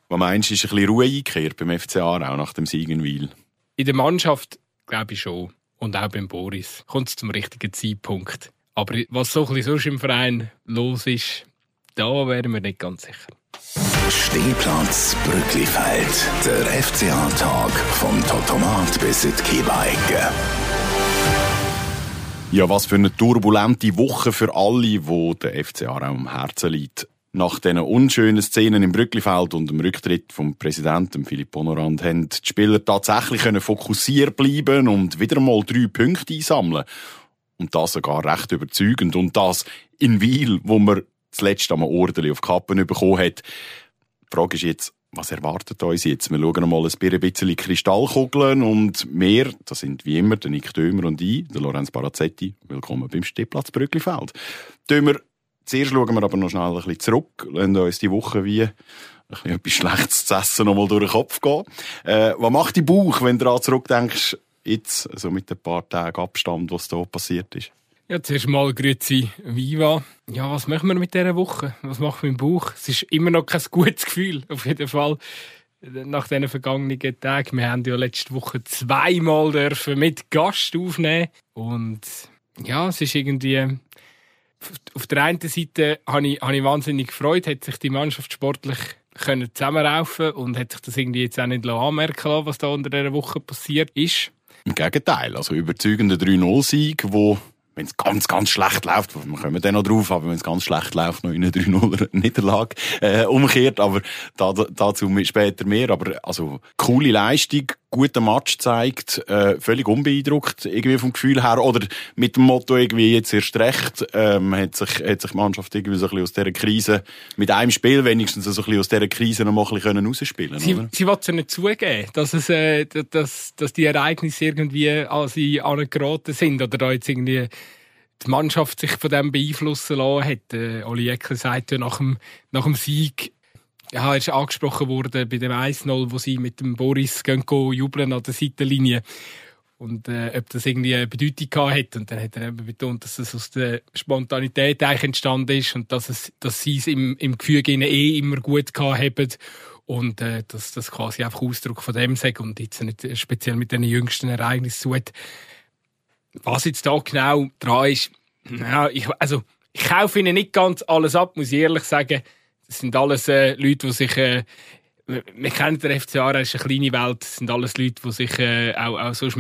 Was meinst du, ist ein bisschen Ruhe eingekehrt beim FC Aarau nach dem Sieg in Wil? In der Mannschaft glaube ich schon. Und auch beim Boris. Kommt es zum richtigen Zeitpunkt. Aber was so ein bisschen sonst im Verein los ist, da wären wir nicht ganz sicher. Stehplatz Brücklifeld. Der FCA-Tag vom Totomat bis in die Kiewa-Ecke. Ja, was für eine turbulente Woche für alle, die der FC Aarau am Herzen liegt. Nach diesen unschönen Szenen im Brücklifeld und dem Rücktritt vom Präsidenten Philipp Honorand haben die Spieler tatsächlich fokussiert bleiben und wieder mal 3 Punkte einsammeln. Und das sogar recht überzeugend. Und das in Wil, wo man zuletzt einmal ordentlich auf die Kappen bekommen hat. Die Frage ist jetzt, was erwartet uns jetzt? Wir schauen mal ein bisschen Kristallkugeln und wir, das sind wie immer der Nick Dömer und ich, der Lorenz Barazzetti. Willkommen beim Stehplatz Brücklifeld. Dömer, zuerst schauen wir aber noch schnell ein bisschen zurück, lassen uns die Woche wie etwas Schlechtes zu essen noch mal durch den Kopf gehen. Was macht die Bauch, wenn du daran zurückdenkst, jetzt, also mit ein paar Tagen Abstand, was da passiert ist? Ja, zuerst mal grüezi Viva. Ja, was machen wir mit dieser Woche? Was macht mein Bauch? Es ist immer noch kein gutes Gefühl, auf jeden Fall. Nach diesen vergangenen Tagen. Wir haben ja letzte Woche 2-mal dürfen mit Gast aufnehmen. Und ja, es ist irgendwie... Auf der einen Seite habe ich wahnsinnig gefreut, hat sich die Mannschaft sportlich zusammenraufen und hat sich das irgendwie jetzt auch nicht anmerken lassen, was da unter dieser Woche passiert ist. Im Gegenteil, also überzeugender 3-0-Sieg, wo, wenn es ganz, ganz schlecht läuft, wir kommen dann noch drauf, aber wenn es ganz schlecht läuft, noch in eine 3-0-Niederlage umkehrt, aber dazu später mehr. Aber also coole Leistung, guter Match zeigt, völlig unbeeindruckt irgendwie vom Gefühl her, oder mit dem Motto irgendwie jetzt erst recht, hat sich die Mannschaft irgendwie so ein bisschen aus dieser Krise, mit einem Spiel wenigstens so ein bisschen aus dieser Krise noch mal ein bisschen rausspielen können. Sie will es ja nicht zugeben, dass die Ereignisse irgendwie an sie angeraten sind, oder da jetzt irgendwie die Mannschaft sich von dem beeinflussen lassen hat. Oli Eckler sagt ja nach dem Sieg, ja, er ist angesprochen worden bei dem 1-0, wo sie mit dem Boris gehen jubeln an der Seitenlinie. Und ob das irgendwie eine Bedeutung gehabt hat. Und dann hat er eben betont, dass es aus der Spontanität eigentlich entstanden ist und dass sie es im Gefüge immer gut gehabt haben. Und dass das quasi einfach Ausdruck von dem sagt und jetzt nicht speziell mit den jüngsten Ereignissen zu hat. Was jetzt da genau dran ist, ja, ich kaufe ihnen nicht ganz alles ab, muss ich ehrlich sagen. Das sind alles Leute, die sich... wir kennen den FC Aarau, es ist eine kleine Welt. Das sind alles Leute, die sich auch sonst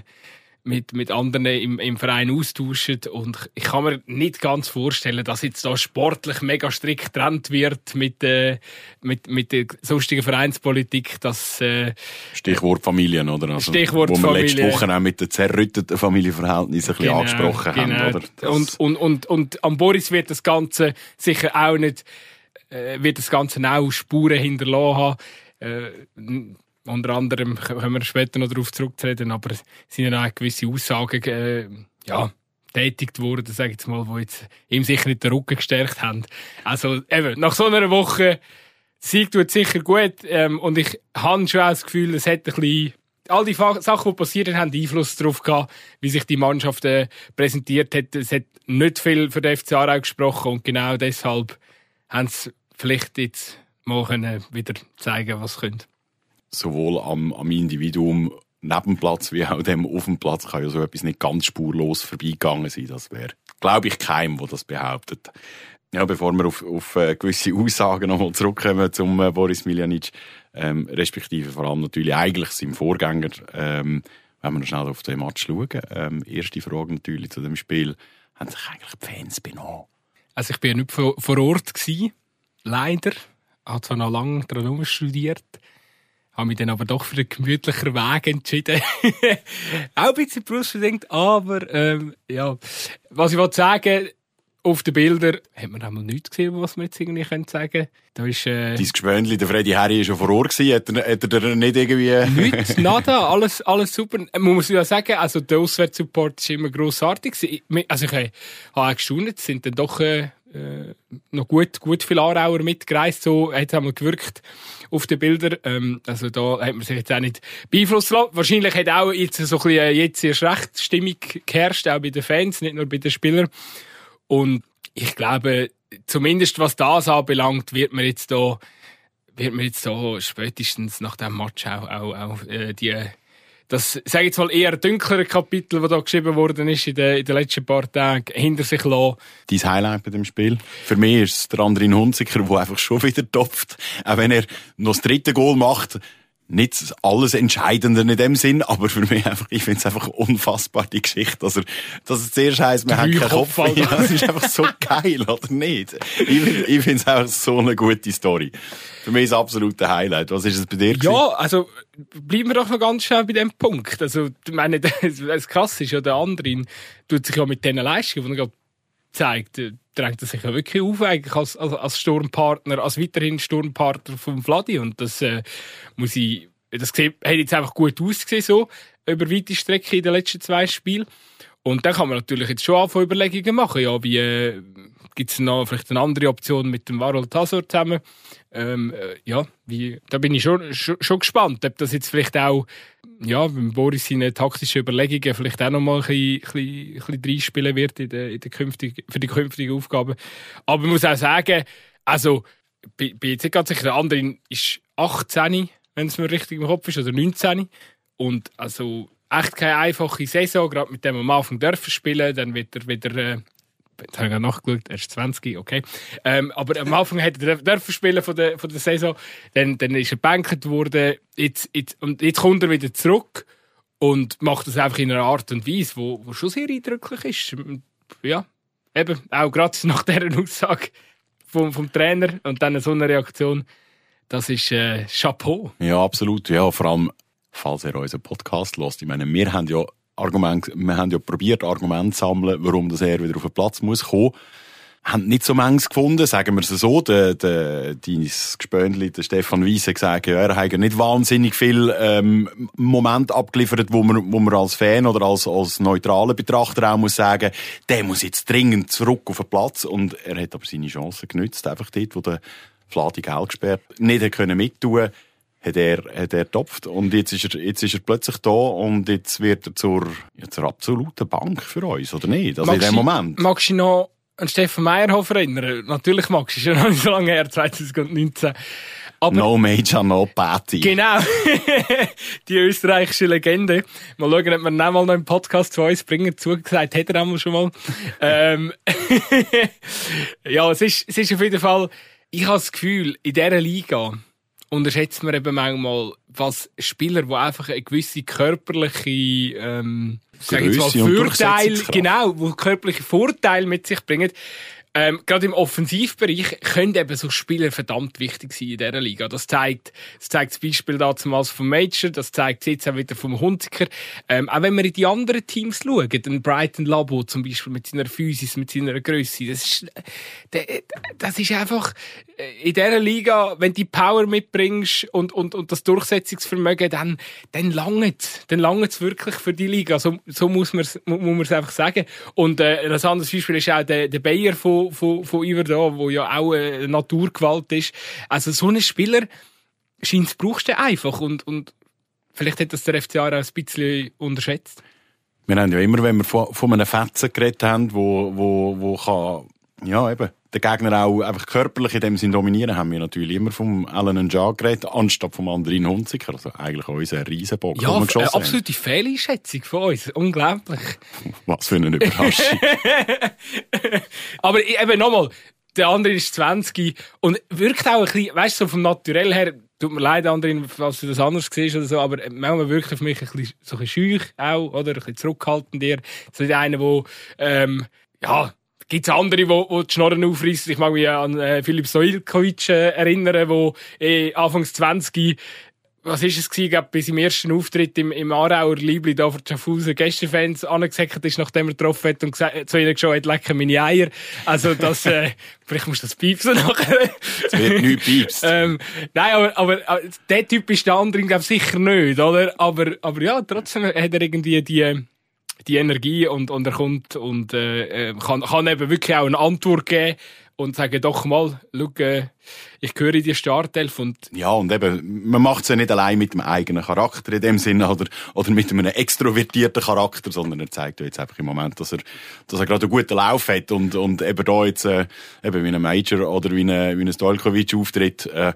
mit anderen im Verein austauschen. Und ich kann mir nicht ganz vorstellen, dass jetzt da sportlich mega strikt getrennt wird mit der sonstigen Vereinspolitik. Stichwort Familien, oder? Also, Stichwort wo wir Familie. letzte Woche auch mit den zerrütteten Familienverhältnissen ein bisschen angesprochen haben. Oder? Und am Boris wird das Ganze sicher auch nicht... wird das Ganze auch Spuren hinterlassen haben. Unter anderem können wir später noch darauf zurücktreten, aber es sind ja auch gewisse Aussagen tätigt worden, sage ich jetzt mal, die jetzt ihm sicher nicht den Rücken gestärkt haben. Also eben, nach so einer Woche, Sieg tut sicher gut und ich habe schon auch das Gefühl, es hat ein bisschen... All die Sachen, die passiert sind, haben Einfluss darauf gehabt, wie sich die Mannschaft präsentiert hat. Es hat nicht viel für den FC Aarau gesprochen und genau deshalb haben sie vielleicht jetzt mal wieder zeigen, was sie können. Sowohl am Individuum neben dem Platz wie auch dem auf dem Platz kann ja so etwas nicht ganz spurlos vorbeigegangen sein. Das wäre, glaube ich, keinem, der das behauptet. Ja, bevor wir auf gewisse Aussagen nochmal zurückkommen zum Boris Miljanic, respektive vor allem natürlich eigentlich seinem Vorgänger, wenn wir noch schnell auf den Match schauen. Erste Frage natürlich zu dem Spiel. Haben sich eigentlich die Fans benommen? Also ich bin ja nicht vor Ort gewesen, leider. Ich habe zwar noch lange daran studiert, habe mich dann aber doch für einen gemütlicheren Weg entschieden. Auch ein bisschen berufsbedingt, aber ja. Was ich sagen will, auf den Bildern hat man einmal nichts gesehen, was man jetzt irgendwie sagen können. Da ist, dein Gespöntli, der Freddy Herry, ist schon vor Ort gewesen. Hat er nicht irgendwie... Nichts, nada, alles super. Man muss ja sagen, also der Auswärtssupport ist immer grossartig. Also ich habe auch gestaunt, es sind dann doch noch gut viele Aarauer mitgereist. So hat es einmal gewirkt auf den Bildern. Also da hat man sich jetzt auch nicht beeinflussen lassen. Wahrscheinlich hat auch jetzt so ein bisschen jetzt erst recht Stimmung geherrscht, auch bei den Fans, nicht nur bei den Spielern. Und ich glaube, zumindest was das anbelangt, wird man jetzt da wird mir jetzt so spätestens nach diesem Match auch das, sage ich jetzt mal, eher dunklere Kapitel, das da geschrieben worden ist in den letzten paar Tagen, hinter sich lassen. Dein Highlight bei dem Spiel? Für mich ist es der Andrin Hunziker, der einfach schon wieder topft. Auch wenn er noch das 3. Goal macht. Nicht alles Entscheidende in dem Sinn, aber für mich einfach, ich finde es einfach unfassbar, die Geschichte, dass es zuerst heisst, wir haben keinen Kopf. Ja, das ist einfach so geil, oder nicht? Ich finde es einfach so eine gute Story. Für mich ist es absolut ein Highlight. Was ist es bei dir gewesen? Ja, also, bleiben wir doch noch ganz schnell bei dem Punkt. Also, ich meine, das Krasse ist ja, der Andrin tut sich ja mit diesen Leistungen, die er gerade zeigt, drängt er sich ja wirklich auf, eigentlich als Sturmpartner, als weiterhin Sturmpartner vom Vladi. Und das hat jetzt einfach gut ausgesehen, so, über weite Strecke in den letzten 2 Spielen. Und dann kann man natürlich jetzt schon anfangen, Überlegungen machen. Ja, wie, gibt's noch vielleicht eine andere Option mit dem Varol Tasor zusammen? Da bin ich schon gespannt, ob das jetzt vielleicht auch, ja, wenn Boris seine taktischen Überlegungen vielleicht auch noch mal ein bisschen reinspielen wird für die künftigen Aufgaben. Aber man muss auch sagen, also, bin jetzt nicht ganz sicher, der andere ist 18, wenn es mir richtig im Kopf ist, oder 19. Und also echt keine einfache Saison, gerade mit dem am Anfang dürfen spielen, dann wird er wieder, jetzt habe ich nachgeschaut, er ist 20, okay. Aber am Anfang hat er dürfen spielen von der Saison, dann ist er gebänkt worden, jetzt kommt er wieder zurück und macht das einfach in einer Art und Weise, wo schon sehr eindrücklich ist. Ja, eben, auch gerade nach dieser Aussage vom Trainer und dann so eine Reaktion, das ist Chapeau. Ja, absolut. Ja, vor allem, falls ihr unseren Podcast hört. Ich meine, wir haben ja probiert, Argumente zu sammeln, warum das er wieder auf den Platz muss kommen. Haben nicht so manches gefunden, sagen wir es so. Dein Gespönli, der Stefan Weiss, hat gesagt, ja, er hat nicht wahnsinnig viel Momente abgeliefert, wo man als Fan oder als neutraler Betrachter auch muss sagen, der muss jetzt dringend zurück auf den Platz. Und er hat aber seine Chancen genützt, einfach dort, wo der Vladi gelb gesperrt nicht mittun hat er getopft. Und jetzt ist er plötzlich da und jetzt wird er zur absoluten Bank für uns, oder nicht? Also in dem Moment. Magst du dich noch an Stefan Meyerhofer erinnern? Natürlich magst du, ist ja noch nicht so lange her, 2019. Aber no Major, no Patty. Genau. Die österreichische Legende. Mal schauen, ob wir ihn mal noch im Podcast zu uns bringen. Zugesagt hat er einmal schon mal. Ja, es ist auf jeden Fall, ich habe das Gefühl, in dieser Liga unterschätzt man eben manchmal, was Spieler, die einfach eine gewisse körperliche, Vorteil, genau, wo körperliche Vorteile mit sich bringen. Gerade im Offensivbereich können eben so Spieler verdammt wichtig sein in dieser Liga. Das zeigt das Beispiel damals vom Major, das zeigt es jetzt auch wieder vom Hunziker. Auch wenn wir in die anderen Teams schauen, den Brighton Labo zum Beispiel mit seiner Physis, mit seiner Grösse, das ist einfach in dieser Liga, wenn du die Power mitbringst und das Durchsetzungsvermögen, dann langt's wirklich für die Liga. So muss man es einfach sagen. Und ein anderes Beispiel ist auch der Bayer von Iverdon, wo ja auch eine Naturgewalt ist. Also so einen Spieler scheint brauchst du einfach und vielleicht hat das der FCA auch ein bisschen unterschätzt. Wir haben ja immer, wenn wir von einem Fetzen geredet haben, wo kann, ja eben, der Gegner auch einfach körperlich in dem Sinn dominieren, haben wir natürlich immer vom Alan N'Jah geredet, anstatt vom anderen Hunziker. Also eigentlich unser Riesenbock. Ja, eine absolute Fehleinschätzung von uns. Unglaublich. Was für eine Überraschung. Aber eben nochmal, der andere ist 20 und wirkt auch ein bisschen, weißt du, so vom Naturell her, tut mir leid, anderen, falls du das anders siehst oder so, aber manchmal wirkt er für mich ein bisschen, so ein bisschen schüch auch, oder? Ein bisschen zurückhaltend eher. So einer, ja, gibt's andere, die die Schnorren aufreissen. Ich mag mich an Filip Sojilkovic erinnern, der Anfangs 20, was ist es gewesen, glaub, bis im ersten Auftritt im Aarauer Liebli da vor Schaffhausen Gästefans angesackt ist, nachdem er getroffen hat und zu ihnen geschaut hat, lecken meine Eier. Also das, vielleicht musst du das piepsen nachher. Es wird nichts piepst. Nein, aber der Typ ist der andere, glaub sicher nicht, oder? Aber ja, trotzdem hat er irgendwie die Energie und er kommt und kann eben wirklich auch eine Antwort geben und sagen, doch mal, schau, ich gehöre in die Startelf. Ja, und eben, man macht es ja nicht allein mit dem eigenen Charakter in dem Sinne oder mit einem extrovertierten Charakter, sondern er zeigt ja jetzt einfach im Moment, dass er gerade einen guten Lauf hat und eben da jetzt eben wie ein Major oder wie ein Stojkovic auftritt,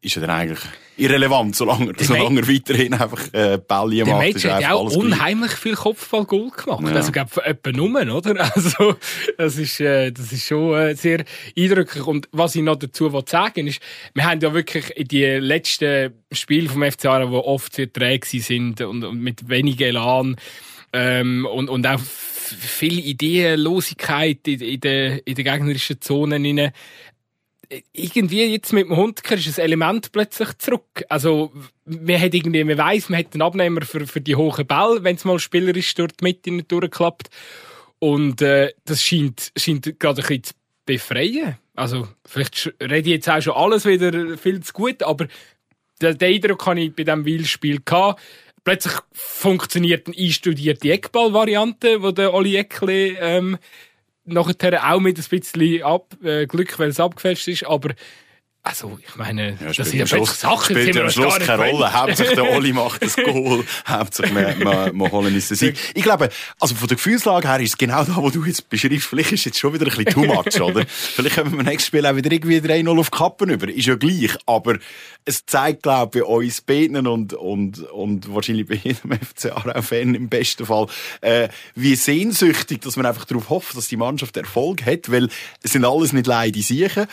ist er dann eigentlich irrelevant, solange er weiterhin einfach Bälle macht. Der Match hat ja auch unheimlich viel Kopfball-Goal gemacht. Ja. Also, glaube ich, etwa nur, oder? Also, das ist schon sehr eindrücklich. Und was ich noch dazu sagen ist, wir haben ja wirklich in die letzten Spiele vom FC Aarau, die oft sehr träge sind und mit wenig Elan, und auch viel Ideenlosigkeit in den gegnerischen Zonen rein. Irgendwie jetzt mit dem Hundker ist das Element plötzlich zurück. Also, man weiss, man hat einen Abnehmer für die hohen Bälle, wenn es mal spielerisch dort mit in durchklappt. Und das scheint gerade ein bisschen zu befreien. Also, vielleicht rede ich jetzt auch schon alles wieder viel zu gut, aber den Eindruck hatte ich bei diesem Wiel-Spiel. Plötzlich funktioniert eine einstudierte Eckball-Variante, wo der Oli Eckli nachher auch mit ein bisschen Glück, weil es abgefälscht ist, aber also, ich meine, ja, das sind ja Sachen, die spielt am Schluss keine Rolle. Hauptsächlich der Oli macht das Goal, hauptsächlich wir holen uns den Sieg. Ich glaube, also von der Gefühlslage her ist es genau da, wo du jetzt beschreibst. Vielleicht ist es jetzt schon wieder ein bisschen too much, oder? Vielleicht kommen wir beim nächsten Spiel auch wieder irgendwie 3-0 auf die Kappen über. Ist ja gleich, aber es zeigt, glaube ich, bei uns beiden und wahrscheinlich bei jedem FC Aarau-Fan im besten Fall, wie sehnsüchtig, dass man einfach darauf hofft, dass die Mannschaft Erfolg hat, weil es sind alles nicht leide Siechen.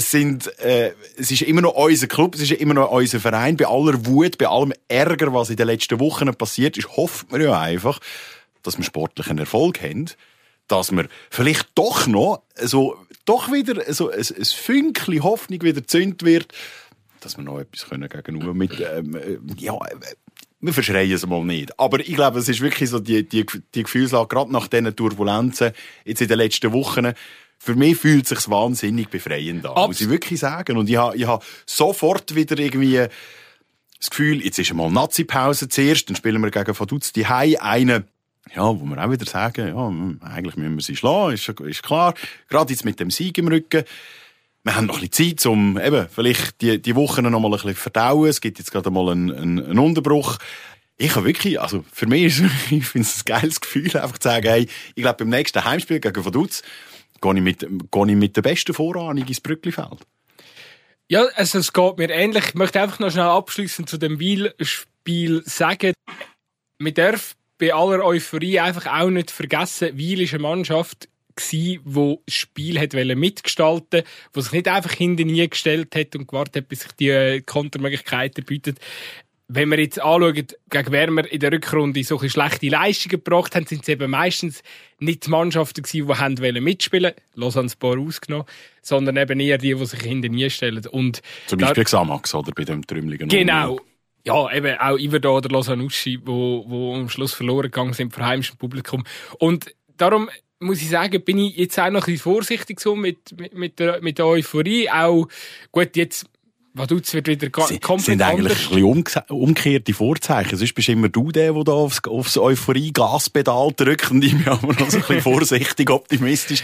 Es ist immer noch unser Club, es ist immer noch unser Verein. Bei aller Wut, bei allem Ärger, was in den letzten Wochen passiert ist, hofft man ja einfach, dass wir sportlichen Erfolg haben, dass wir vielleicht doch noch wieder so ein Fünkchen Hoffnung wieder gezündet wird, dass wir noch etwas gegenüber mit, wir verschreien es mal nicht. Aber ich glaube, es ist wirklich so die Gefühlslage, gerade nach diesen Turbulenzen, jetzt in den letzten Wochen. Für mich fühlt es sich wahnsinnig befreiend an, muss ich wirklich sagen. Und ich habe sofort wieder irgendwie das Gefühl, jetzt ist einmal Nazi-Pause zuerst, dann spielen wir gegen Vaduz die Hei einen, ja, wo wir auch wieder sagen, ja, eigentlich müssen wir sie schlagen, ist klar. Gerade jetzt mit dem Sieg im Rücken. Wir haben noch ein bisschen Zeit, um eben vielleicht die Wochen noch mal ein bisschen verdauen. Es gibt jetzt gerade mal einen Unterbruch. Ich habe wirklich, also für mich ich finde es ein geiles Gefühl, einfach zu sagen, hey, ich glaube, beim nächsten Heimspiel gegen Vaduz gehe ich mit der besten Vorahnung ins Brücklifeld. Ja, also es geht mir ähnlich. Ich möchte einfach noch schnell abschließend zu dem Wiel-Spiel sagen, man darf bei aller Euphorie einfach auch nicht vergessen, Wiel ist eine Mannschaft gsi, die das Spiel hat mitgestalten, die sich nicht einfach hinten nie gestellt hat und gewartet hat, bis sich die Kontermöglichkeiten bieten. Wenn wir jetzt anschauen, gegen wer wir in der Rückrunde solche schlechte Leistungen gebracht haben, sind es eben meistens nicht die Mannschaften gewesen, die haben mitspielen wollten, Lausanne Sport ausgenommen, sondern eben eher die sich hinten nie stellen. Und zum Beispiel Xamax, oder bei dem Trümmeligen. Genau. Ja, eben auch Iverda oder Lausanne Uschi, wo am Schluss verloren gegangen sind vor heimischem Publikum. Und darum muss ich sagen, bin ich jetzt auch noch ein bisschen vorsichtig so mit der Euphorie. Auch, gut, jetzt Vaduz wird wieder komplett sind eigentlich ein bisschen umgekehrte Vorzeichen. Sonst bist immer du der da aufs Euphorie-Gaspedal drückt und ich bin aber noch so ein bisschen vorsichtig optimistisch.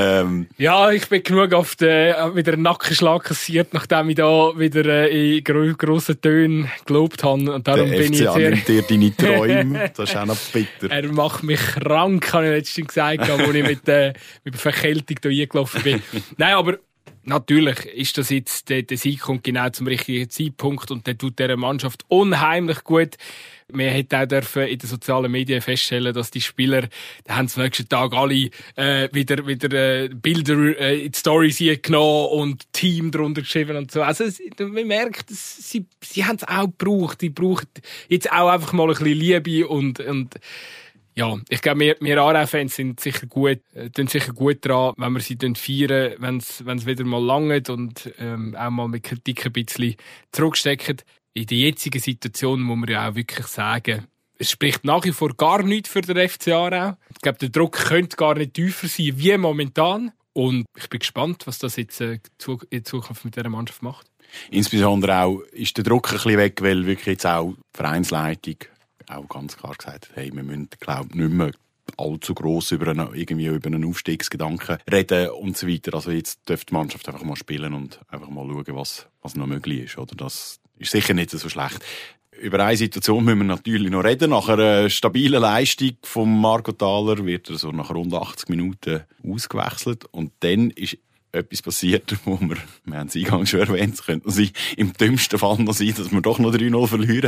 Ja, ich bin genug wieder einen Nackenschlag kassiert, nachdem ich da wieder in grossen Tönen gelobt habe. Und darum der bin ich jetzt nimmt dir deine Träume. Das ist auch noch bitter. Er macht mich krank, habe ich letztens gesagt, als ich mit der Verkältung hier eingelaufen bin. Nein, aber natürlich ist das jetzt, der Sieg kommt genau zum richtigen Zeitpunkt und der tut dieser Mannschaft unheimlich gut. Wir hätten auch dürfen in den sozialen Medien feststellen, dass die Spieler, da haben am nächsten Tag alle wieder Bilder in die Storys genommen und Team darunter geschrieben und so. Also man merkt, sie haben es auch gebraucht. Die brauchen jetzt auch einfach mal ein bisschen Liebe und ja, ich glaube, wir Aarau-Fans sind sicher gut dran, wenn wir sie dann feiern, wenn es wieder mal langt und auch mal mit Kritik ein bisschen zurückstecken. In der jetzigen Situation muss man ja auch wirklich sagen, es spricht nach wie vor gar nichts für den FC Aarau. Ich glaube, der Druck könnte gar nicht tiefer sein wie momentan. Und ich bin gespannt, was das jetzt in Zukunft mit dieser Mannschaft macht. Insbesondere auch ist der Druck ein bisschen weg, weil wirklich jetzt auch die Vereinsleitung auch ganz klar gesagt hat, hey, wir müssen, glaube ich, nicht mehr allzu gross über einen Aufstiegsgedanken reden und so weiter. Also jetzt dürfte die Mannschaft einfach mal spielen und einfach mal schauen, was noch möglich ist. Oder das ist sicher nicht so schlecht. Über eine Situation müssen wir natürlich noch reden. Nach einer stabilen Leistung von Marco Thaler wird er so nach rund 80 Minuten ausgewechselt und dann ist etwas passiert, wo wir haben es eingangs schon erwähnt, es könnte sein, im dümmsten Fall noch sein, dass wir doch noch 3-0 verlieren.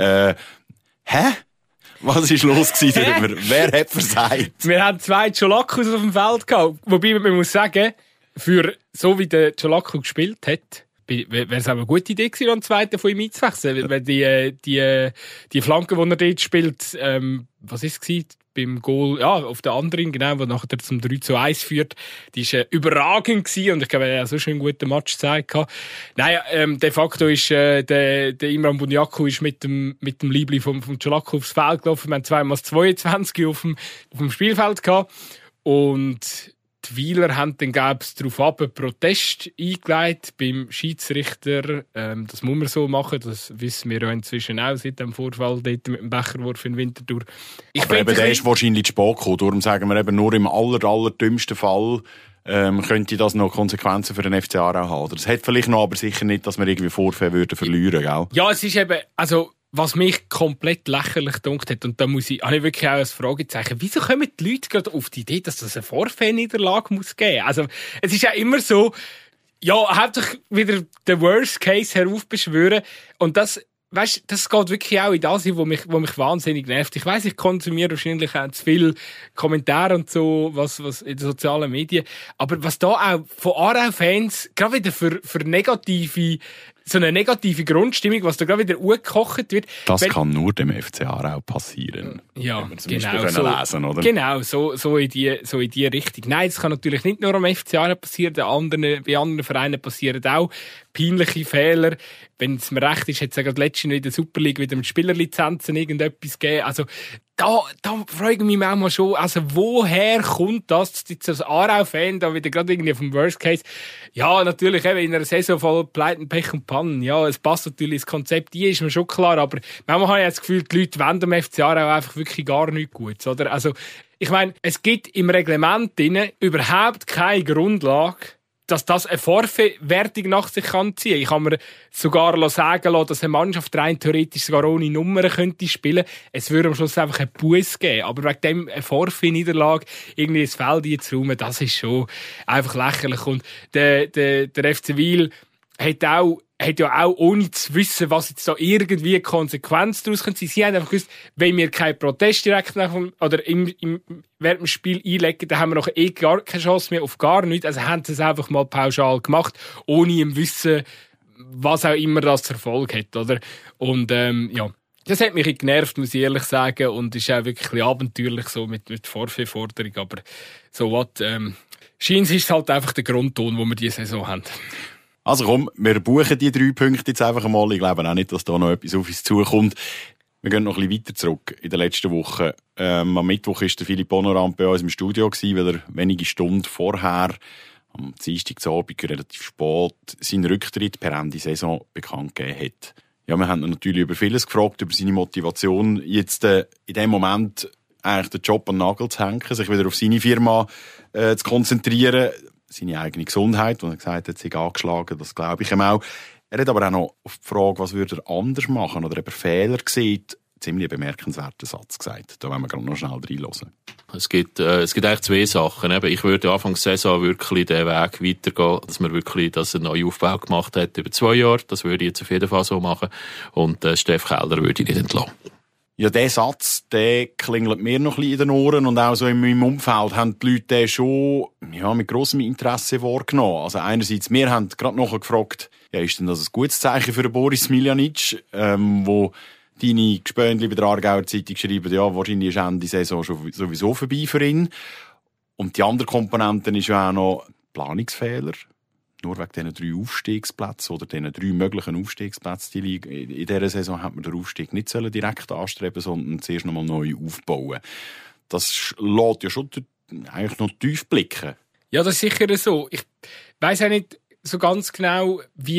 Was war los gewesen? Wer hat versagt? Wir haben 2 Ciolacos auf dem Feld gehabt. Wobei man muss sagen, für so wie der Ciolacco gespielt hat, wäre es auch eine gute Idee gewesen, am zweiten von ihm einzuwechseln. Weil die Flanke, die er dort spielt, was ist es? Beim Goal, ja, auf der anderen, genau, wo nachher zum 3-1 führt, die war überragend gewesen und ich glaube, er hat so schön einen guten Match gezeigt. Nein, de facto ist, der Imran Bunyaku ist mit dem Liebli vom Ciolacco aufs Feld gelaufen. Wir haben 2x22 auf dem Spielfeld gehabt. Und die Wieler haben dann darauf einen Protest eingeleitet beim Schiedsrichter. Das muss man so machen, das wissen wir ja inzwischen auch seit dem Vorfall dort mit dem Becherwurf in Winterthur. Aber eben, der ist wahrscheinlich zu spät gekommen. Darum sagen wir eben, nur im allerdümmsten Fall könnte das noch Konsequenzen für den FC Aarau haben. Oder es hat vielleicht noch, aber sicher nicht, dass wir irgendwie Vorfälle würden verlieren, gell? Ja, es ist eben, also was mich komplett lächerlich gedunkt hat, und da habe ich wirklich auch ein Fragezeichen, wieso kommen die Leute gerade auf die Idee, dass das eine Vorfällniederlage muss geben? Also, es ist ja immer so, ja, hauptsächlich wieder den Worst Case heraufbeschwören, und das, weißt, das geht wirklich auch in das hin, wo mich wahnsinnig nervt. Ich weiss, ich konsumiere wahrscheinlich auch zu viel Kommentare und so, was in den sozialen Medien, aber was da auch von Aarau-Fans, gerade wieder für so eine negative Grundstimmung, was da gerade wieder hochgekocht wird. Das kann nur dem FC Aarau passieren. Ja, wenn wir zum Beispiel so lesen, oder? Genau, so in die Richtung. Nein, das kann natürlich nicht nur am FC Aarau passieren, bei anderen Vereinen passieren auch peinliche Fehler. Wenn es mir recht ist, hat es ja gerade letztens in der Super League wieder mit Spielerlizenzen irgendetwas gegeben. Also, da frage ich mich manchmal schon, also woher kommt das, jetzt als Aarau-Fan da wieder gerade irgendwie vom Worst Case? Ja, natürlich eben in einer Saison voll Pleiten, Pech und Pannen. Ja, es passt natürlich ins Konzept, die ist mir schon klar, aber manchmal habe ich das Gefühl, die Leute wollen dem FC Aarau einfach wirklich gar nichts Gutes, oder? Also, ich meine, es gibt im Reglement drin überhaupt keine Grundlage, dass das eine Forfait-Wertung nach sich kann ziehen. Ich kann mir sogar sagen lassen, dass eine Mannschaft rein theoretisch sogar ohne Nummern könnte spielen. Es würde am Schluss einfach einen Buß geben. Aber wegen dem eine Forfait-Niederlage irgendwie ins Feld einzuräumen, das ist schon einfach lächerlich. Und der FC Wil hat ja auch ohne zu wissen, was jetzt da irgendwie Konsequenz daraus könnte sein. Sie haben einfach gewusst, wenn wir keinen Protest direkt während dem Spiel einlegen, dann haben wir noch gar keine Chance mehr auf gar nichts. Also haben sie es einfach mal pauschal gemacht, ohne im Wissen, was auch immer das zur Folge hat, oder? Und, ja. Das hat mich genervt, muss ich ehrlich sagen, und ist auch wirklich ein bisschen abenteuerlich so mit Vorforderung, aber so was, scheint ist halt einfach der Grundton, den wir diese Saison haben. Also komm, wir buchen die 3 Punkte jetzt einfach mal. Ich glaube auch nicht, dass da noch etwas auf uns zukommt. Wir gehen noch ein bisschen weiter zurück in der letzten Woche. Am Mittwoch war der Philipp Honorant bei uns im Studio, weil er wenige Stunden vorher, am Dienstagabend relativ spät, seinen Rücktritt per Ende Saison bekannt gegeben hat. Ja, wir haben ihn natürlich über vieles gefragt, über seine Motivation, jetzt in dem Moment eigentlich den Job an den Nagel zu hängen, sich wieder auf seine Firma zu konzentrieren, seine eigene Gesundheit, und er gesagt hat, sie sei angeschlagen, das glaube ich ihm auch. Er hat aber auch noch auf die Frage, was würde er anders machen oder ob er Fehler sieht, ziemlich bemerkenswerten Satz gesagt. Da wollen wir gerade noch schnell reinhören. Es gibt eigentlich 2 Sachen. Ich würde Anfang der Saison wirklich den Weg weitergehen, dass man wirklich einen neuen Aufbau gemacht hat über 2 Jahre. Das würde ich jetzt auf jeden Fall so machen. Und Steff Keller würde ich nicht entlassen. Ja, der Satz, der klingelt mir noch ein bisschen in den Ohren, und auch so in meinem Umfeld haben die Leute den schon, ja, mit grossem Interesse wahrgenommen. Also einerseits, wir haben gerade nachher gefragt, ja, ist denn das ein gutes Zeichen für den Boris Smiljanic, wo deine Gespönli bei der Aargauer Zeitung schreiben, ja, wahrscheinlich ist Ende Saison schon sowieso vorbei für ihn. Und die andere Komponente ist ja auch noch Planungsfehler. Nur wegen diesen 3 Aufstiegsplätzen oder diesen 3 möglichen Aufstiegsplätzen in dieser Saison hat man den Aufstieg nicht direkt anstreben, sondern zuerst nochmal neu aufbauen. Das lässt ja schon eigentlich noch tief blicken. Ja, das ist sicher so. Ich weiss auch nicht so ganz genau,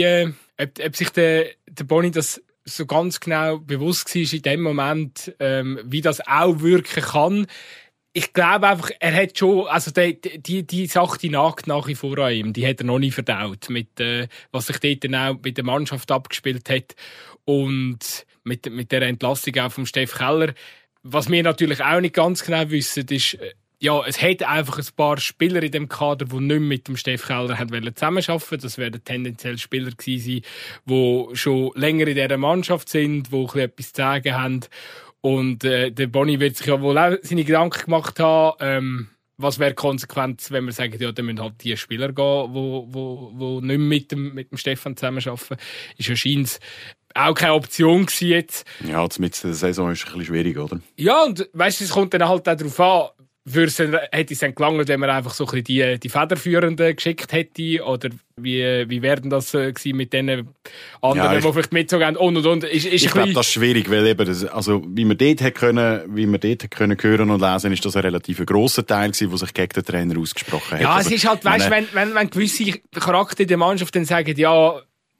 ob sich der Boni das so ganz genau bewusst war in dem Moment, wie das auch wirken kann. Ich glaube einfach, er hat schon, also die Sache, die nagt nach wie vor an ihm, die hat er noch nie verdaut, mit, was sich dort dann auch mit der Mannschaft abgespielt hat und mit der Entlassung auch vom Steff Keller. Was wir natürlich auch nicht ganz genau wissen, ist, ja, es hat einfach ein paar Spieler in dem Kader, die nicht mit dem Steff Keller zusammenarbeiten wollten. Das werden tendenziell Spieler gewesen sein, die schon länger in dieser Mannschaft sind, die etwas zu sagen haben. Und der Boni wird sich ja wohl auch seine Gedanken gemacht haben, was wäre die Konsequenz, wenn wir sagen, ja, dann müssen halt die Spieler gehen, die nicht mit dem Stefan zusammenarbeiten. Ist anscheinend auch keine Option gewesen jetzt. Ja, jetzt mit der Saison ist es ein bisschen schwierig, oder? Ja, und weißt du, es kommt dann halt auch darauf an, hätte es dann gelangt, wenn man einfach so ein bisschen die Federführenden geschickt hätte? Oder wie wäre das gewesen mit den anderen, die vielleicht mitgezogen haben? Und. Ich glaube, das ist schwierig, weil eben wie man dort hätte können hören und lesen, ist das ein relativ grosser Teil gewesen, der sich gegen den Trainer ausgesprochen hat. Ja, es ist halt, weißt du, wenn gewisse Charakter in der Mannschaft dann sagen, ja,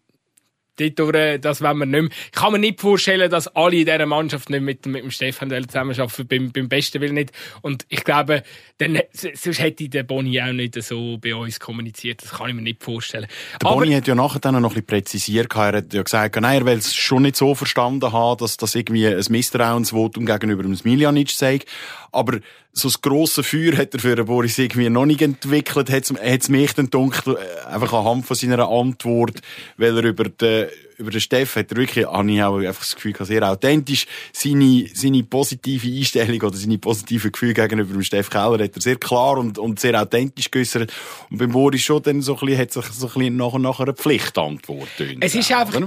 das wollen wir nicht mehr. Ich kann mir nicht vorstellen, dass alle in dieser Mannschaft nicht mit dem Stefan zusammenarbeiten, beim besten Willen nicht. Und ich glaube, sonst hätte der Boni auch nicht so bei uns kommuniziert. Das kann ich mir nicht vorstellen. Der Boni hat ja nachher dann noch ein bisschen präzisiert. Er hat ja gesagt, nein, er will es schon nicht so verstanden haben, dass das irgendwie ein Misstrauensvotum gegenüber dem Smiljanic sei. Aber so das grosse Feuer hat er für den Boris irgendwie noch nicht entwickelt. Hat es mich dann gedacht, einfach anhand von seiner Antwort, weil er über den Steff hat er wirklich, habe ich auch einfach das Gefühl, sehr authentisch seine positive Einstellung oder seine positive Gefühle gegenüber dem Steff Keller hat er sehr klar und sehr authentisch geäussert. Und beim Boris schon dann so ein bisschen, hat sich so ein bisschen nach und nach eine Pflichtantwort tönt. Es ist einfach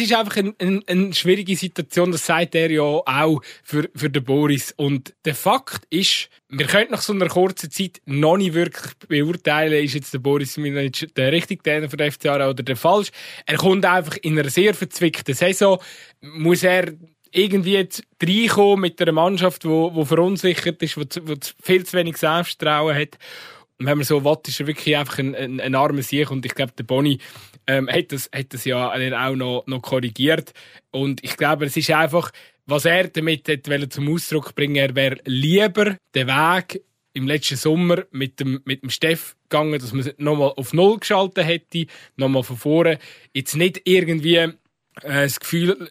eine schwierige Situation, das sagt er ja auch für den Boris. Und der Fakt ist, wir können nach so einer kurzen Zeit noch nicht wirklich beurteilen, ist jetzt der Boris Smiljanic der richtige Trainer für den FC Aarau oder der falsch. Er kommt einfach in einer sehr verzwickten Saison, muss er irgendwie jetzt reinkommen mit einer Mannschaft, die verunsichert ist, die viel zu wenig Selbstvertrauen hat. Und wenn man so will, ist er wirklich einfach ein armer Sieg. Und ich glaube, der Boni hat das ja auch noch korrigiert. Und ich glaube, es ist einfach, was er damit zum Ausdruck bringen wollte, er wäre lieber den Weg im letzten Sommer mit dem Steff gegangen, dass man nochmal auf Null geschaltet hätte, nochmal von vorne. Jetzt nicht irgendwie das Gefühl,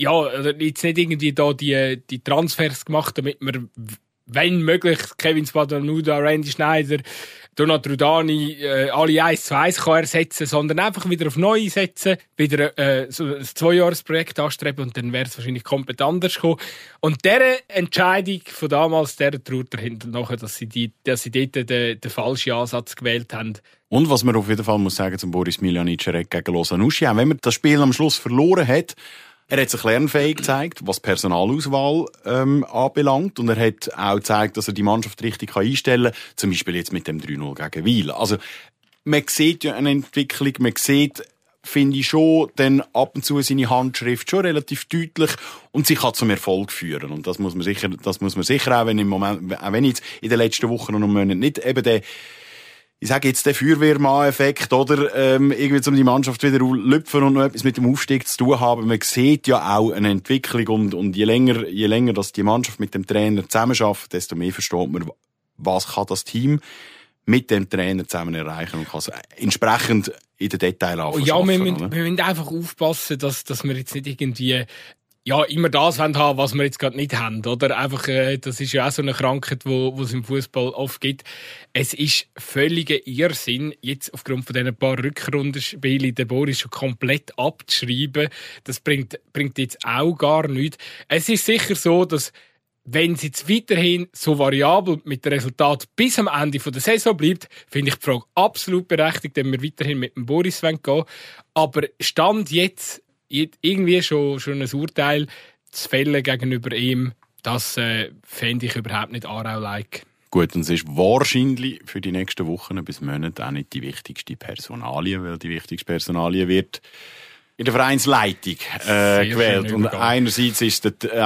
jetzt nicht irgendwie da die Transfers gemacht, damit man, wenn möglich, Kevin Spadanuda, Randy Schneider, Donat Rudani, alle 1-2 kann ersetzen, sondern einfach wieder auf Neue setzen, wieder so ein 2-Jahres-Projekt anstreben und dann wäre es wahrscheinlich komplett anders gekommen. Und diese Entscheidung von damals, der trauert dahinter nachher, dass sie dort den falschen Ansatz gewählt haben. Und was man auf jeden Fall muss sagen zum Boris Smiljanic gegen Lausanne, auch wenn man das Spiel am Schluss verloren hat, er hat sich lernfähig gezeigt, was Personalauswahl anbelangt. Und er hat auch gezeigt, dass er die Mannschaft richtig einstellen kann. Zum Beispiel jetzt mit dem 3-0 gegen Weil. Also, man sieht ja eine Entwicklung, man sieht, finde ich schon, dann ab und zu seine Handschrift schon relativ deutlich und sie kann zum Erfolg führen. Und das muss man sicher auch, wenn jetzt in den letzten Wochen und Monaten nicht eben ich sage jetzt, der Feuerwehrmann-Effekt, oder, irgendwie, um die Mannschaft wieder zu lüpfen und noch etwas mit dem Aufstieg zu tun haben. Man sieht ja auch eine Entwicklung und je länger, dass die Mannschaft mit dem Trainer zusammenarbeitet, desto mehr versteht man, was kann das Team mit dem Trainer zusammen erreichen und kann es entsprechend in den Details anfangen. Ja, wir müssen einfach aufpassen, dass wir jetzt nicht irgendwie immer das haben, was wir jetzt gerade nicht haben, oder? Einfach, das ist ja auch so eine Krankheit, wo es im Fußball oft gibt. Es ist völliger Irrsinn, jetzt aufgrund von diesen paar Rückrundenspielen den Boris schon komplett abzuschreiben. Das bringt jetzt auch gar nichts. Es ist sicher so, dass wenn es jetzt weiterhin so variabel mit dem Resultat bis am Ende der Saison bleibt, finde ich die Frage absolut berechtigt, wenn wir weiterhin mit dem Boris gehen wollen. Aber Stand jetzt irgendwie schon ein Urteil zu fällen gegenüber ihm, das fände ich überhaupt nicht Aarau-like. Gut, und es ist wahrscheinlich für die nächsten Wochen bis Monate auch nicht die wichtigste Personalie, weil die wichtigste Personalie wird in der Vereinsleitung gewählt. Und einerseits ist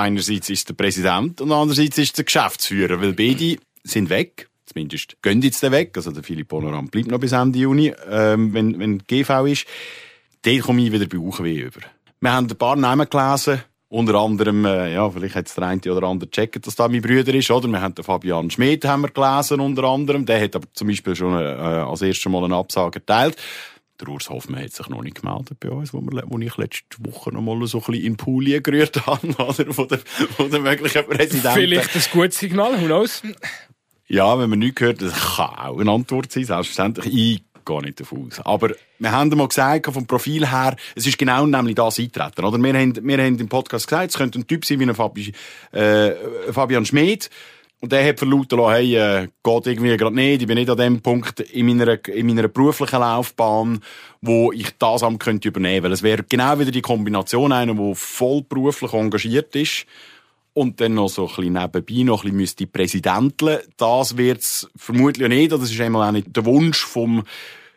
der Präsident und andererseits ist der Geschäftsführer, weil beide sind weg. Zumindest gehen jetzt weg. Also der Philipp Honorat bleibt noch bis Ende Juni, wenn GV ist. Den komme ich wieder bei UKW über. Wir haben ein paar Namen gelesen. Unter anderem, vielleicht hat es der eine oder andere gecheckt, dass das mein Bruder ist, oder? Wir haben den Fabian Schmid haben wir gelesen, unter anderem. Der hat aber zum Beispiel schon als erstes Mal eine Absage erteilt. Der Urs Hoffmann hat sich noch nicht gemeldet bei uns, wo ich letzte Woche noch mal so ein bisschen in Pulien gerührt habe, oder? Von der möglichen Präsidenten. Vielleicht ein gutes Signal, who knows? Ja, wenn man nichts hört, das kann auch eine Antwort sein, selbstverständlich. Ich gehe nicht davon aus. Aber wir haben mal gesagt, vom Profil her, es ist genau nämlich das Eintreten. Oder? Wir haben im Podcast gesagt, es könnte ein Typ sein wie ein Fabian Schmid. Und der hat verlauten lassen, hey, geht irgendwie gerade nicht. Ich bin nicht an dem Punkt in meiner beruflichen Laufbahn, wo ich das Amt könnte übernehmen. Weil es wäre genau wieder die Kombination einer, der voll beruflich engagiert ist und dann noch so ein bisschen nebenbei noch ein bisschen präsidenteln. Das wird's vermutlich nicht. Das ist einmal auch nicht der Wunsch vom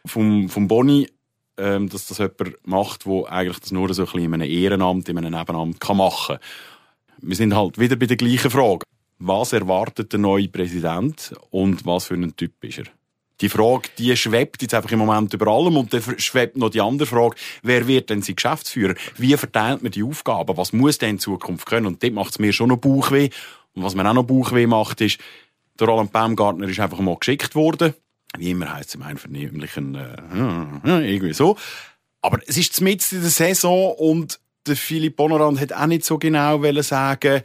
Boni, dass das jemand macht, der eigentlich das nur so ein bisschen in einem Ehrenamt, in einem Nebenamt machen kann. Wir sind halt wieder bei der gleichen Frage. Was erwartet der neue Präsident und was für ein Typ ist er? Die Frage, die schwebt jetzt einfach im Moment über allem und dann schwebt noch die andere Frage, wer wird denn sein Geschäftsführer? Wie verteilt man die Aufgaben? Was muss der in Zukunft können? Und dort macht es mir schon noch Bauchweh. Und was mir auch noch Bauchweh macht, ist, der Roland Baumgartner ist einfach mal geschickt worden. Wie immer heisst es im Einvernehmlichen, irgendwie so. Aber es ist mitten in der Saison und der Philipp Bonnerand hat auch nicht so genau sagen,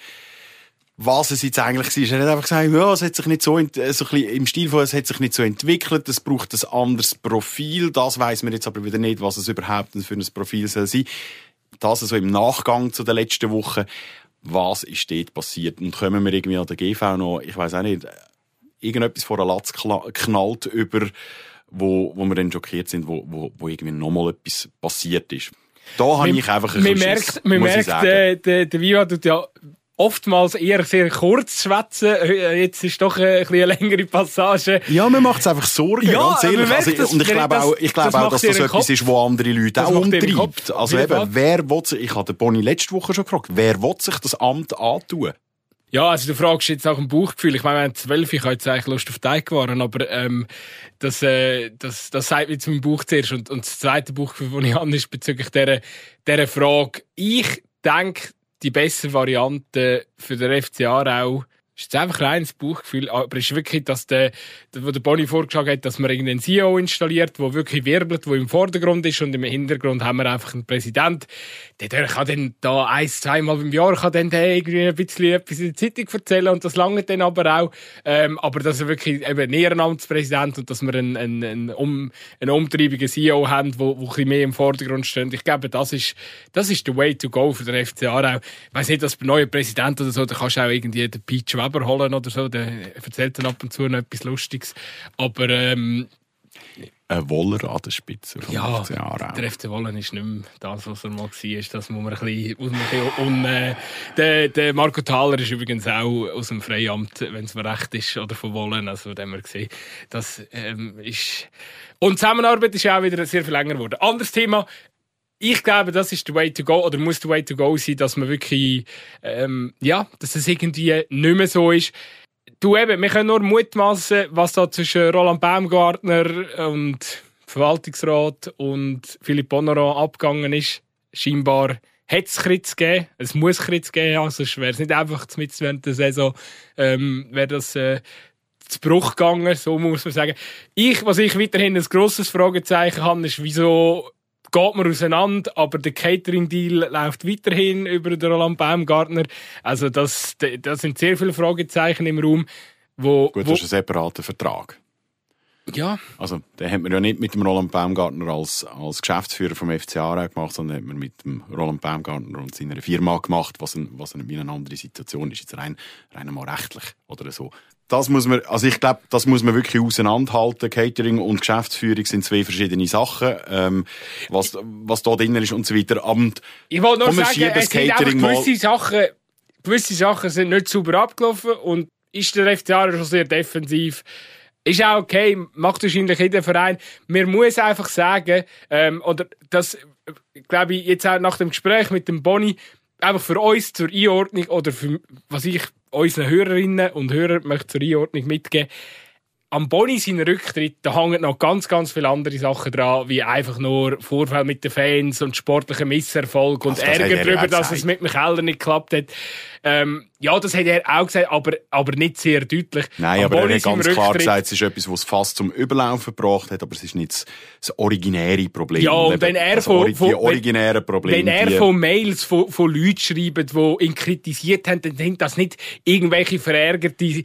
was es jetzt eigentlich war. Er hat einfach gesagt, ja, es hat sich nicht so ein bisschen im Stil von, es hat sich nicht so entwickelt, es braucht ein anderes Profil. Das weiss man jetzt aber wieder nicht, was es überhaupt für ein Profil soll sein. Das so im Nachgang zu der letzten Woche. Was ist dort passiert? Und kommen wir irgendwie an der GV noch, ich weiss auch nicht, irgendetwas vor der Latz knallt über, wo wir dann schockiert sind, wo irgendwie nochmal etwas passiert ist. Da habe ich einfach ein bisschen Man merkt, der Viva tut ja oftmals eher sehr kurz schwätzen. Jetzt ist doch ein bisschen eine längere Passage. Ja, man macht es einfach Sorgen, ja, ganz ehrlich. Und ich glaube auch, dass das etwas ist, was andere Leute auch umtreibt. Also eben, wer will sich, ich habe den Boni letzte Woche schon gefragt, wer will sich das Amt antun? Ja, also du fragst jetzt auch im Bauchgefühl. Ich meine, wir haben 12, ich habe jetzt eigentlich Lust auf Teig geworden, aber das sagt mir zu meinem Bauch zuerst. Und das zweite Bauchgefühl, das ich habe, ist bezüglich dieser Frage. Ich denke, die bessere Variante für den FC Aarau ist jetzt einfach ein reines Bauchgefühl, aber es ist wirklich, dass wo der Boni vorgeschlagen hat, dass man irgendeinen CEO installiert, der wirklich wirbelt, der im Vordergrund ist und im Hintergrund haben wir einfach einen Präsident, der kann dann da 1-2 Mal im Jahr kann dann irgendwie ein bisschen etwas in der Zeitung erzählen und das lange dann aber auch, aber dass er wirklich eben ein Ehrenamtspräsident und dass wir einen umtriebigen CEO haben, wo ein bisschen mehr im Vordergrund steht. Ich glaube, das ist der way to go für den FC Aarau. Ich weiss nicht, dass bei neuen Präsident oder so, da kannst du auch irgendwie den Peach Weber holen oder so, der erzählt dann ab und zu noch etwas Lustiges. Aber ein Woller an der Spitze vom FC Aarau. Der FC Wollen ist nicht mehr das, was er mal war. Das muss man ein bisschen der Marco Thaler ist übrigens auch aus dem Freiamt, wenn es mir recht ist, oder von Wollen. Also, von dem wir gesehen. Das ist. Und die Zusammenarbeit ist auch wieder sehr viel länger geworden. Anderes Thema. Ich glaube, das ist der way to go, oder muss der way to go sein, dass man wirklich, dass es irgendwie nicht mehr so ist. Wir können nur mutmaßen, was da zwischen Roland Baumgartner und Verwaltungsrat und Philipp Bonnerand abgegangen ist. Scheinbar hat es Kritz gegeben. Es muss Kritz geben, also wäre es nicht einfach mit während der Saison, wäre das zu Bruch gegangen, so muss man sagen. Was ich weiterhin ein grosses Fragezeichen habe, ist, wieso geht man auseinander, aber der Catering-Deal läuft weiterhin über den Roland Baumgartner. Also das sind sehr viele Fragezeichen im Raum. Gut, das ist ein separater Vertrag. Ja. Also, den hat man ja nicht mit dem Roland Baumgartner als Geschäftsführer vom FC Aarau gemacht, sondern hat man mit dem Roland Baumgartner und seiner Firma gemacht, was eine andere Situation ist, jetzt rein einmal rechtlich oder so. Das muss man, also ich glaube, das muss man wirklich auseinanderhalten. Catering und Geschäftsführung sind zwei verschiedene Sachen. Was da drin ist und so weiter. Ich wollte nur sagen, es sind gewisse Sachen sind nicht sauber abgelaufen und ist der FC Aarau schon sehr defensiv. Ist auch okay, macht wahrscheinlich jeder Verein. Man muss einfach sagen, oder das, glaube ich, jetzt auch nach dem Gespräch mit dem Boni, einfach für uns zur Einordnung oder für, was ich unseren Hörerinnen und Hörern möchte zur Einordnung mitgeben. am Boni seinen Rücktritt, da hängen noch ganz, ganz viele andere Sachen dran, wie einfach nur Vorfälle mit den Fans und sportlicher Misserfolg und Ärger darüber, dass es mit dem Keller nicht geklappt hat. Ja, das hat er auch gesagt, aber nicht sehr deutlich. Nein, aber er hat ganz klar gesagt, es ist etwas, was es fast zum Überlaufen gebracht hat, aber es ist nicht das originäre Problem. Ja, und wenn er von Mails von Leuten schreibt, die ihn kritisiert haben, dann sind das nicht irgendwelche verärgerte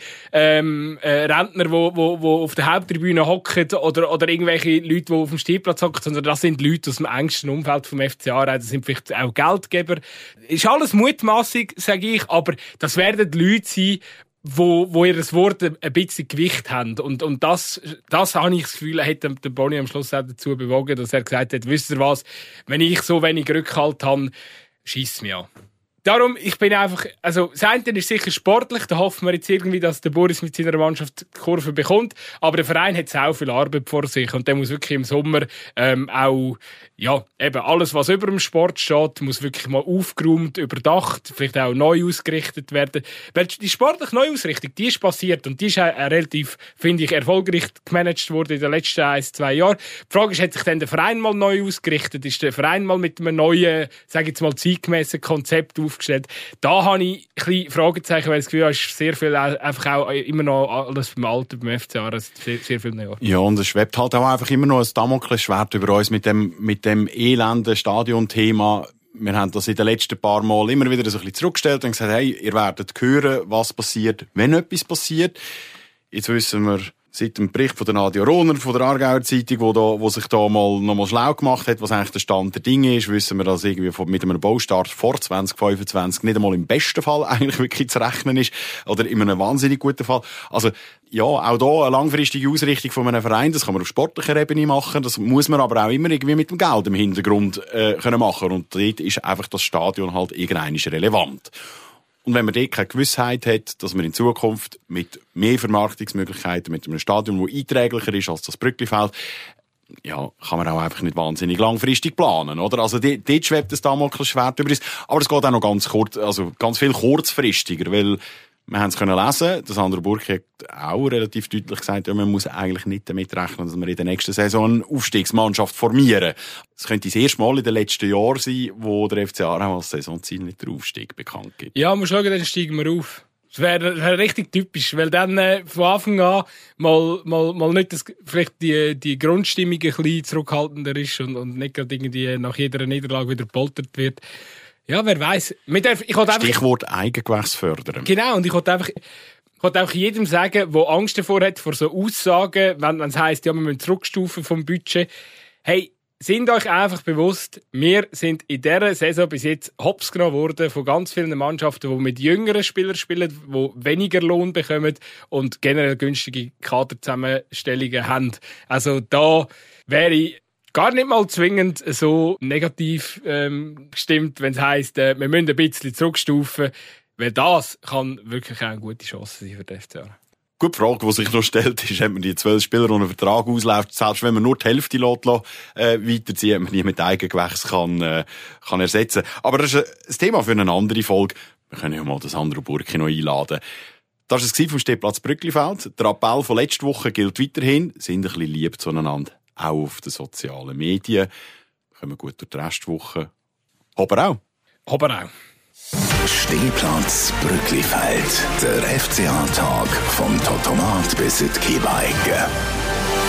Rentner, die auf der Haupttribüne hocken oder irgendwelche Leute, die auf dem Stehplatz hocken, sondern das sind Leute aus dem engsten Umfeld vom FC Aarau. Das sind vielleicht auch Geldgeber. Ist alles mutmaßig, sage ich, aber das werden die Leute sein, wo ihr Wort ein bisschen Gewicht haben. Und das habe ich das Gefühl, hat der Boni am Schluss auch dazu bewogen, dass er gesagt hat, wisst ihr was, wenn ich so wenig Rückhalt habe, schiess mich an. Darum, ich bin einfach, also, das eine ist sicher sportlich, da hoffen wir jetzt irgendwie, dass der Boris mit seiner Mannschaft die Kurve bekommt, aber der Verein hat auch viel Arbeit vor sich und der muss wirklich im Sommer auch, ja, eben alles, was über dem Sport steht, muss wirklich mal aufgeräumt, überdacht, vielleicht auch neu ausgerichtet werden, weil die sportliche Neuausrichtung, die ist passiert und die ist auch relativ, finde ich, erfolgreich gemanagt worden in den letzten 1-2 Jahren. Die Frage ist, hat sich denn der Verein mal neu ausgerichtet? Ist der Verein mal mit einem neuen, sage ich jetzt mal, zeitgemäßen Konzept aufgestellt? Da habe ich ein bisschen Fragezeichen, weil das Gefühl ist sehr viel einfach auch immer noch alles beim Alten, beim FC Aarau, sehr, sehr viele Jahre. Ja, und es schwebt halt auch einfach immer noch ein Damoklesschwert über uns mit dem elenden Stadionthema. Wir haben das in den letzten paar Mal immer wieder so ein bisschen zurückgestellt und gesagt, hey, ihr werdet hören, was passiert, wenn etwas passiert. Jetzt wissen wir, seit dem Bericht von der Nadia Rohner von der Aargauer Zeitung, wo sich da noch mal schlau gemacht hat, was eigentlich der Stand der Dinge ist, wissen wir, dass irgendwie mit einem Baustart vor 2025 nicht einmal im besten Fall eigentlich wirklich zu rechnen ist oder in einem wahnsinnig guten Fall. Also ja, auch da eine langfristige Ausrichtung von einem Verein, das kann man auf sportlicher Ebene machen, das muss man aber auch immer irgendwie mit dem Geld im Hintergrund können machen und dort ist einfach das Stadion halt irgendwann relevant. Und wenn man dort keine Gewissheit hat, dass man in Zukunft mit mehr Vermarktungsmöglichkeiten, mit einem Stadion, das einträglicher ist als das Brücklifeld, ja, kann man auch einfach nicht wahnsinnig langfristig planen, oder? Also dort schwebt das Damoklesschwert über uns. Aber es geht auch noch ganz kurz, also ganz viel kurzfristiger, weil wir haben es können lesen. Der Sandro Burki hat auch relativ deutlich gesagt, ja, man muss eigentlich nicht damit rechnen, dass wir in der nächsten Saison eine Aufstiegsmannschaft formieren. Es könnte das erste Mal in den letzten Jahren sein, wo der FC Aarau als Saisonziel nicht den Aufstieg bekannt gibt. Ja, muss schauen, dann steigen wir auf. Das wäre richtig typisch, weil dann von Anfang an mal nicht vielleicht die Grundstimmung ein bisschen zurückhaltender ist und nicht gerade irgendwie nach jeder Niederlage wieder gepoltert wird. Ja, wer weiss. Stichwort Eigengewächs fördern. Genau, und ich wollte einfach jedem sagen, der Angst davor hat, vor so Aussagen, wenn es heisst, ja, wir müssen zurückstufen vom Budget. Hey, sind euch einfach bewusst, wir sind in dieser Saison bis jetzt hops genommen worden von ganz vielen Mannschaften, die mit jüngeren Spielern spielen, die weniger Lohn bekommen und generell günstige Kaderzusammenstellungen haben. Also da wäre ich gar nicht mal zwingend so negativ gestimmt, wenn es heisst, wir müssen ein bisschen zurückstufen, weil das kann wirklich auch eine gute Chance sein für den FC Aarau. Gute Frage, die sich noch stellt, ist, ob man die 12 Spieler, die einen Vertrag ausläuft, selbst wenn man nur die Hälfte weiterziehen, ob man die mit Eigengewächs kann ersetzen. Aber das ist ein Thema für eine andere Folge. Wir können ja mal den Sandro Burki noch einladen. Das war es vom Stehplatz Brücklifeld. Der Appell von letzter Woche gilt weiterhin. Sind ein bisschen lieb zueinander. Auch auf den sozialen Medien. Wir kommen gut durch die Restwoche. Aber auch. Stehplatz Brücklifeld. Der FCA-Tag vom Totomat bis in die Kiebeigge.